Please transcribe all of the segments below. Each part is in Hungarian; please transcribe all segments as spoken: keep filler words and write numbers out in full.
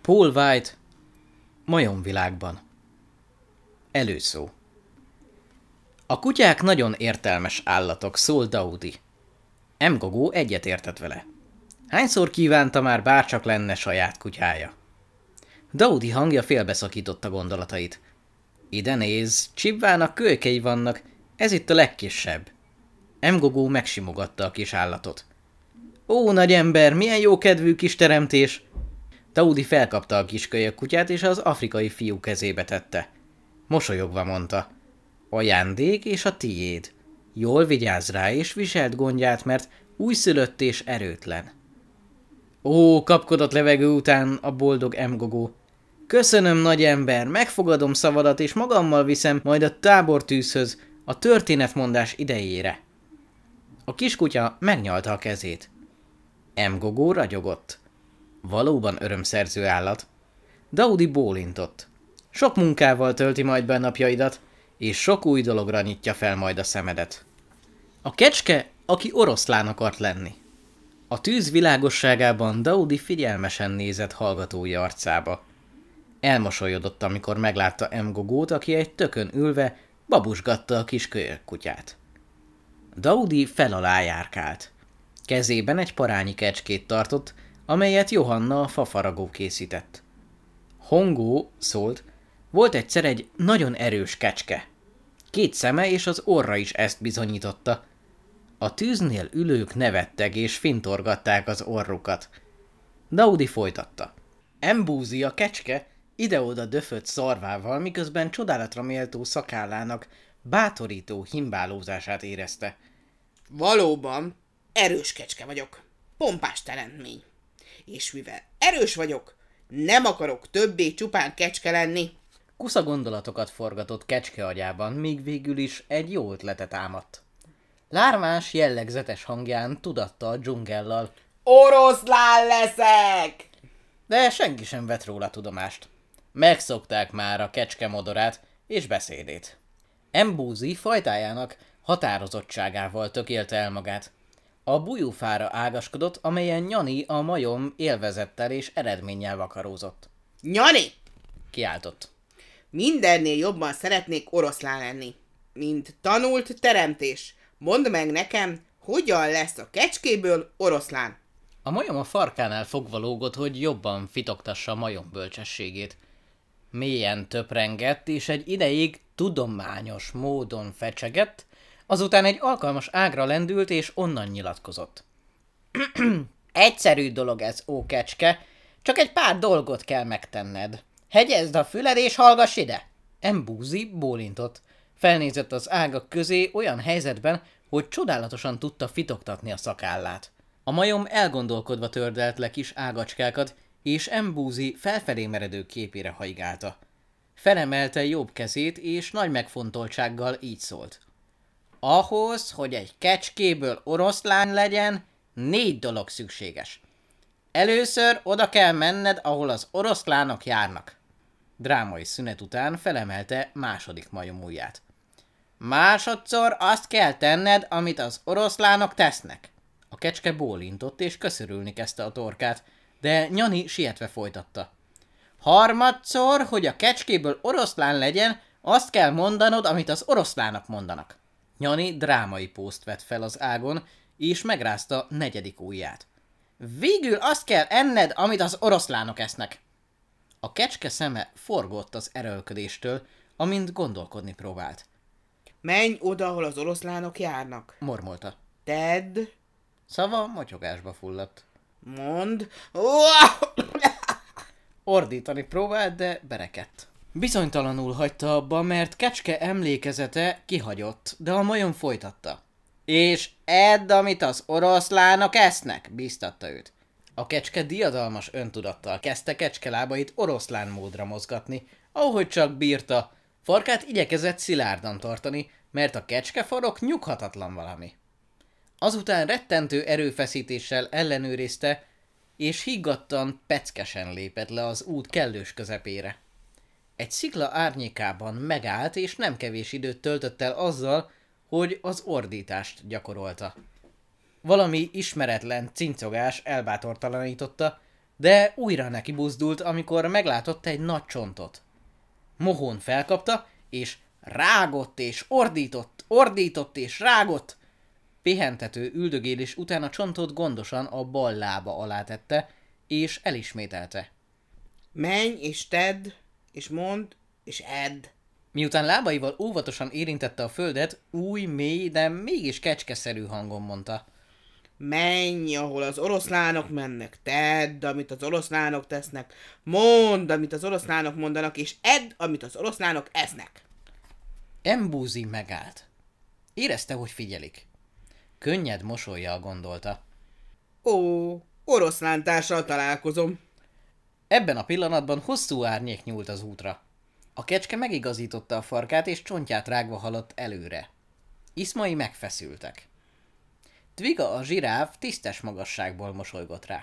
Paul White, Majomvilágban. Előszó. A kutyák nagyon értelmes állatok, szól Daudi. M-Gogó egyetértett vele. Hányszor kívánta már bárcsak lenne saját kutyája? Daudi hangja félbeszakította gondolatait. Ide néz, Csibvának kölykei vannak, ez itt a legkisebb. M-Gogó megsimogatta a kis állatot. Ó, nagy ember, milyen jó kedvű kis teremtés! Daudi felkapta a kiskölyök kutyát, és az afrikai fiú kezébe tette. Mosolyogva mondta. Ajándék és a tiéd. Jól vigyázz rá, és viselt gondját, mert újszülött és erőtlen. Ó, kapkodott levegő után a boldog M-Gogó. Köszönöm, nagy ember, megfogadom szavadat, és magammal viszem majd a tábortűzhöz, a történetmondás idejére. A kiskutya megnyalta a kezét. M-Gogó ragyogott. Valóban örömszerző állat. Daudi bólintott. Sok munkával tölti majd be a napjaidat, és sok új dologra nyitja fel majd a szemedet. A kecske, aki oroszlán akart lenni. A tűz világosságában Daudi figyelmesen nézett hallgatói arcába. Elmosolyodott, amikor meglátta M-Gogót, aki egy tökön ülve babusgatta a kis kölyök kutyát. Daudi fel alá járkált. Kezében egy parányi kecskét tartott, amelyet Johanna a fafaragó készített. Hongó, szólt, volt egyszer egy nagyon erős kecske. Két szeme és az orra is ezt bizonyította. A tűznél ülők nevettek és fintorgatták az orrukat. Daudi folytatta. Embúzi a kecske ide-oda döfött szarvával, miközben csodálatra méltó szakállának bátorító himbálózását érezte. Valóban erős kecske vagyok, pompás teremtmény. És mivel erős vagyok, nem akarok többé csupán kecske lenni. Kusza gondolatokat forgatott kecske agyában, míg végül is egy jó ötletet támadt. Lármás, jellegzetes hangján tudatta a dzsungellal. Oroszlán leszek! De senki sem vett róla tudomást. Megszokták már a kecske modorát és beszédét. Embúzi fajtájának határozottságával tökélte el magát. A bújófára ágaskodott, amelyen Nyani a majom élvezettel és eredménnyel vakarózott. Nyani! Kiáltott. Mindennél jobban szeretnék oroszlán lenni, mint tanult teremtés. Mondd meg nekem, hogyan lesz a kecskéből oroszlán. A majom a farkánál fogva lógott, hogy jobban fitoktassa a majom bölcsességét. Mélyen töprengett, és egy ideig tudományos módon fecsegett, azután egy alkalmas ágra lendült, és onnan nyilatkozott. Egyszerű dolog ez, ó kecske, csak egy pár dolgot kell megtenned. Hegyezd a füled, és hallgass ide! Embúzi bólintott. Felnézett az ágak közé olyan helyzetben, hogy csodálatosan tudta fitoktatni a szakállát. A majom elgondolkodva tördelt le kis ágacskákat, és Embúzi felfelé meredő képére haigálta. Felemelte jobb kezét, és nagy megfontoltsággal így szólt. Ahhoz, hogy egy kecskéből oroszlán legyen, négy dolog szükséges. Először oda kell menned, ahol az oroszlánok járnak. Drámai szünet után felemelte második majom ujját. Másodszor azt kell tenned, amit az oroszlánok tesznek. A kecske bólintott és köszörülni kezdte a torkát, de Nyani sietve folytatta. Harmadszor, hogy a kecskéből oroszlán legyen, azt kell mondanod, amit az oroszlánok mondanak. Nyani drámai pózt vett fel az ágon, és megrázta negyedik ujját. Végül azt kell enned, amit az oroszlánok esznek. A kecske szeme forgott az erőlködéstől, amint gondolkodni próbált. Menj oda, ahol az oroszlánok járnak. Mormolta. Tedd. Szava motyogásba fulladt. Mondd. Ordítani próbált, de berekedt. Bizonytalanul hagyta abba, mert kecske emlékezete kihagyott, de a majom folytatta. És edd, amit az oroszlánok esznek, bíztatta őt. A kecske diadalmas öntudattal kezdte kecskelábait oroszlán módra mozgatni, ahogy csak bírta. Farkát igyekezett szilárdan tartani, mert a kecskefarok nyughatatlan valami. Azután rettentő erőfeszítéssel ellenőrizte, és higgadtan, peckesen lépett le az út kellős közepére. Egy szikla árnyékában megállt, és nem kevés időt töltött el azzal, hogy az ordítást gyakorolta. Valami ismeretlen cincogás elbátortalanította, de újra neki buzdult, amikor meglátott egy nagy csontot. Mohón felkapta, és rágott és ordított, ordított és rágott. Pihentető üldögélés után a csontot gondosan a bal lába alá tette, és elismételte. Menj, és tedd, és mondd, és edd. Miután lábaival óvatosan érintette a földet, új, mély, de mégis kecskeszerű hangon mondta. Menj, ahol az oroszlánok mennek, tedd, amit az oroszlánok tesznek, mondd, amit az oroszlánok mondanak, és edd, amit az oroszlánok esznek. Embúzi megállt. Érezte, hogy figyelik. Könnyed mosollyal gondolta. Ó, oroszlántársal találkozom. Ebben a pillanatban hosszú árnyék nyúlt az útra. A kecske megigazította a farkát, és csontját rágva haladt előre. Iszmai megfeszültek. Twiga a zsiráf tisztes magasságból mosolygott rá.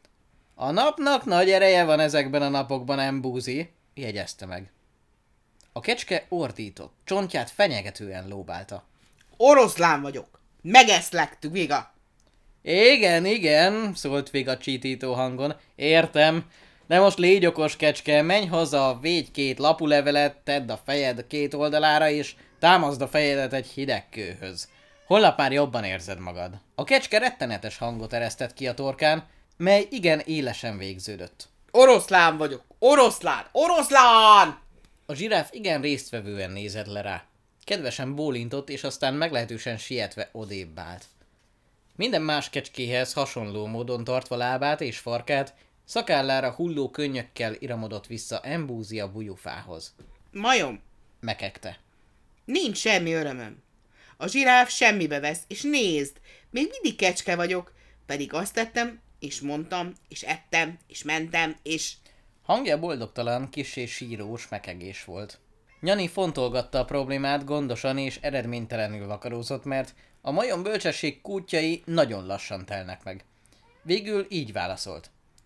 A napnak nagy ereje van ezekben a napokban, Embúzi, jegyezte meg. A kecske ordított, csontját fenyegetően lóbálta. Oroszlán vagyok. Megeszlek, Twiga. Igen, igen, szólt Twiga csítító hangon. Értem, de most légy okos, kecske, menj haza, védj két lapulevelet, tedd a fejed két oldalára, és támaszd a fejedet egy hideg kőhöz. Holnap már jobban érzed magad. A kecske rettenetes hangot eresztett ki a torkán, mely igen élesen végződött. Oroszlán vagyok. Oroszlán. Oroszlán! A zsiráf igen résztvevően nézett le rá. Kedvesen bólintott, és aztán meglehetősen sietve odébb állt. Minden más kecskéhez hasonló módon tartva lábát és farkát, szakállára hulló könnyökkel iramodott vissza Embúzi a bujufához. Majom, Mekegte. nincs semmi örömöm. A zsiráf semmibe vesz, és nézd, még mindig kecske vagyok, pedig azt tettem, és mondtam, és ettem, és mentem, és... Hangja boldogtalan, kissé sírós mekegés volt. Nyani fontolgatta a problémát, gondosan és eredménytelenül vakarózott, mert a majom bölcsesség kútjai nagyon lassan telnek meg. Végül így válaszolt.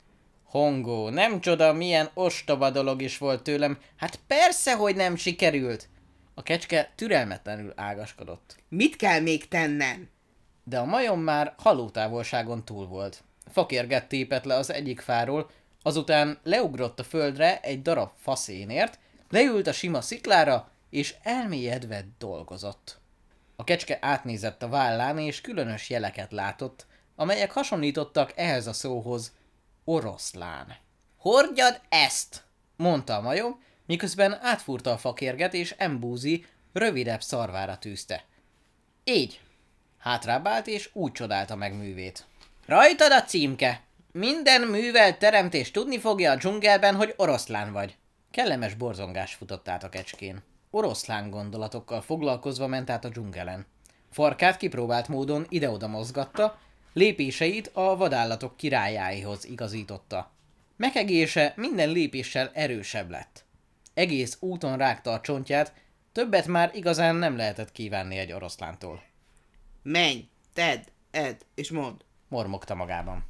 Hongo, nem csoda, milyen ostoba dolog is volt tőlem. Hát persze, hogy nem sikerült. A kecske türelmetlenül ágaskodott. Mit kell még tennem? De a majom már halótávolságon túl volt. Fakérget tépett le az egyik fáról, azután leugrott a földre egy darab faszénért, leült a sima sziklára, és elmélyedve dolgozott. A kecske átnézett a vállán, és különös jeleket látott, amelyek hasonlítottak ehhez a szóhoz, oroszlán. Hordjad ezt, mondta a majom, miközben átfúrta a fakérget, és Embúzi rövidebb szarvára tűzte. Így. Hátrább állt, és úgy csodálta meg művét. Rajtad a címke! Minden művelt teremtés tudni fogja a dzsungelben, hogy oroszlán vagy. Kellemes borzongás futott át a kecskén. Oroszlán gondolatokkal foglalkozva ment át a dzsungelen. Farkát kipróbált módon ide-oda mozgatta, lépéseit a vadállatok királyáihoz igazította. Mekegése minden lépéssel erősebb lett. Egész úton rágta a csontját, többet már igazán nem lehetett kívánni egy oroszlántól. Menj, tedd, edd, és mondd. Mormogta magában.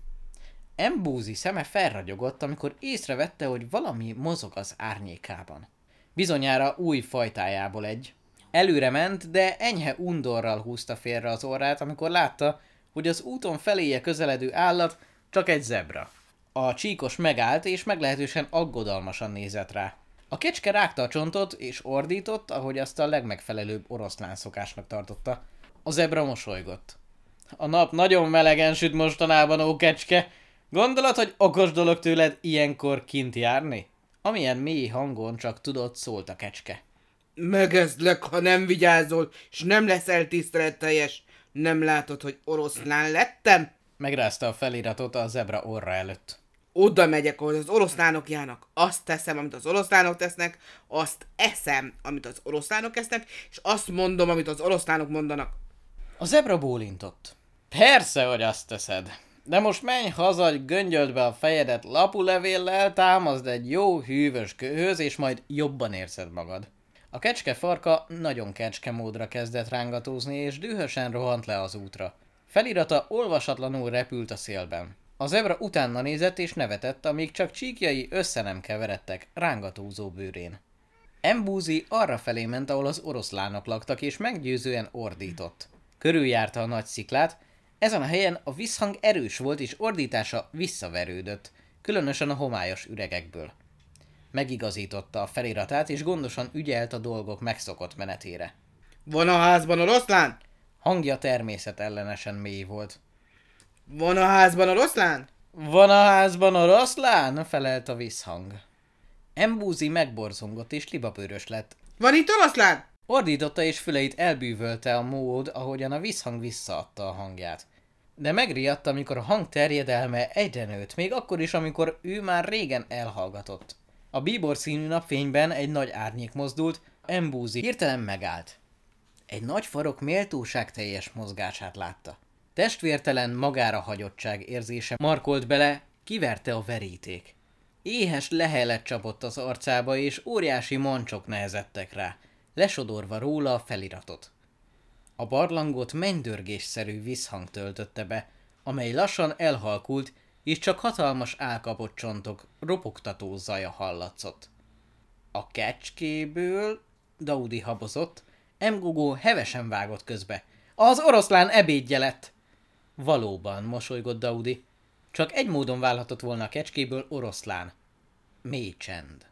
Embúzi szeme felragyogott, amikor észrevette, hogy valami mozog az árnyékában. Bizonyára új fajtájából egy. Előre ment, de enyhe undorral húzta félre az orrát, amikor látta, hogy az úton feléje közeledő állat csak egy zebra. A csíkos megállt, és meglehetősen aggodalmasan nézett rá. A kecske rágta a csontot, és ordított, ahogy azt a legmegfelelőbb oroszlán szokásnak tartotta. A zebra mosolygott. A nap nagyon melegen süt mostanában, ó kecske. Gondolod, hogy okos dolog tőled ilyenkor kint járni? Amilyen mély hangon csak tudott, szólt a kecske. Megezlek, ha nem vigyázol, és nem leszel tiszteletteljes. Nem látod, hogy oroszlán lettem? Megrázta a feliratot a zebra orra előtt. Oda megyek, ahol az oroszlánok járnak. Azt teszem, amit az oroszlánok tesznek, azt eszem, amit az oroszlánok esznek, és azt mondom, amit az oroszlánok mondanak. A zebra bólintott. Persze, hogy azt teszed. De most menj haza, göngyöld be a fejedet lapulevéllel, támaszd egy jó hűvös kőhöz, és majd jobban érzed magad. A kecske farka nagyon kecske módra kezdett rángatózni, és dühösen rohant le az útra. Felirata olvasatlanul repült a szélben. A zebra utána nézett és nevetett, amíg csak csíkjai össze nem keveredtek rángatózó bőrén. Embúzi arra felé ment, ahol az oroszlánok laktak, és meggyőzően ordított. Körüljárta a nagy sziklát, ezen a helyen a visszhang erős volt, és ordítása visszaverődött. különösen a homályos üregekből. Megigazította a feliratát, és gondosan ügyelt a dolgok megszokott menetére. Van a házban oroszlán? Hangja természetellenesen mély volt. Van a házban oroszlán? Van a házban oroszlán? Felelt a visszhang. Embúzi megborzongott és libabőrös lett. Van itt oroszlán? Ordította és füleit elbűvölte a mód, ahogyan a visszhang visszaadta a hangját. De megriadt, amikor a hang terjedelme egyre nőtt, még akkor is, amikor ő már régen elhallgatott. A bíbor színű napfényben egy nagy árnyék mozdult, Embúzi hirtelen megállt. Egy nagy farok méltóságteljes mozgását látta. Testvértelen magára hagyottság érzése markolt bele, kiverte a veríték. Éhes lehelet csapott az arcába, és óriási mancsok nehezettek rá, lesodorva róla a feliratot. A barlangot mennydörgésszerű visszhang töltötte be, amely lassan elhalkult, és csak hatalmas álkapott csontok ropogtató zaja hallatszott. A kecskéből, Daudi habozott, Emgogó hevesen vágott közbe. Az oroszlán ebédje lett! Valóban, mosolygott Daudi. Csak egy módon válhatott volna a kecskéből oroszlán. Mély csend.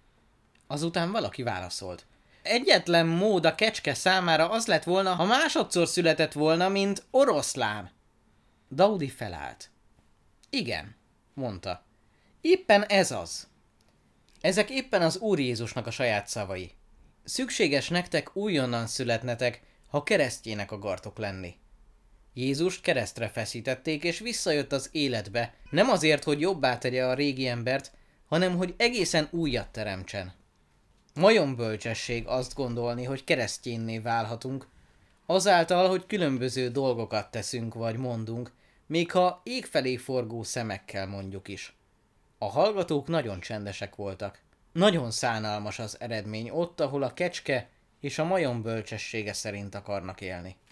Azután valaki válaszolt. Egyetlen mód a kecske számára az lett volna, ha másodszor született volna, mint oroszlán. Daudi felállt. Igen, mondta. Éppen ez az. Ezek éppen az Úr Jézusnak a saját szavai. Szükséges nektek újonnan születnetek, ha keresztjének akartok lenni. Jézust keresztre feszítették, és visszajött az életbe, nem azért, hogy jobbá tegye a régi embert, hanem hogy egészen újat teremtsen. Majom bölcsesség azt gondolni, hogy keresztjénné válhatunk, azáltal, hogy különböző dolgokat teszünk vagy mondunk, még ha ég felé forgó szemekkel mondjuk is. A hallgatók nagyon csendesek voltak. Nagyon szánalmas az eredmény ott, ahol a kecske és a majom bölcsessége szerint akarnak élni.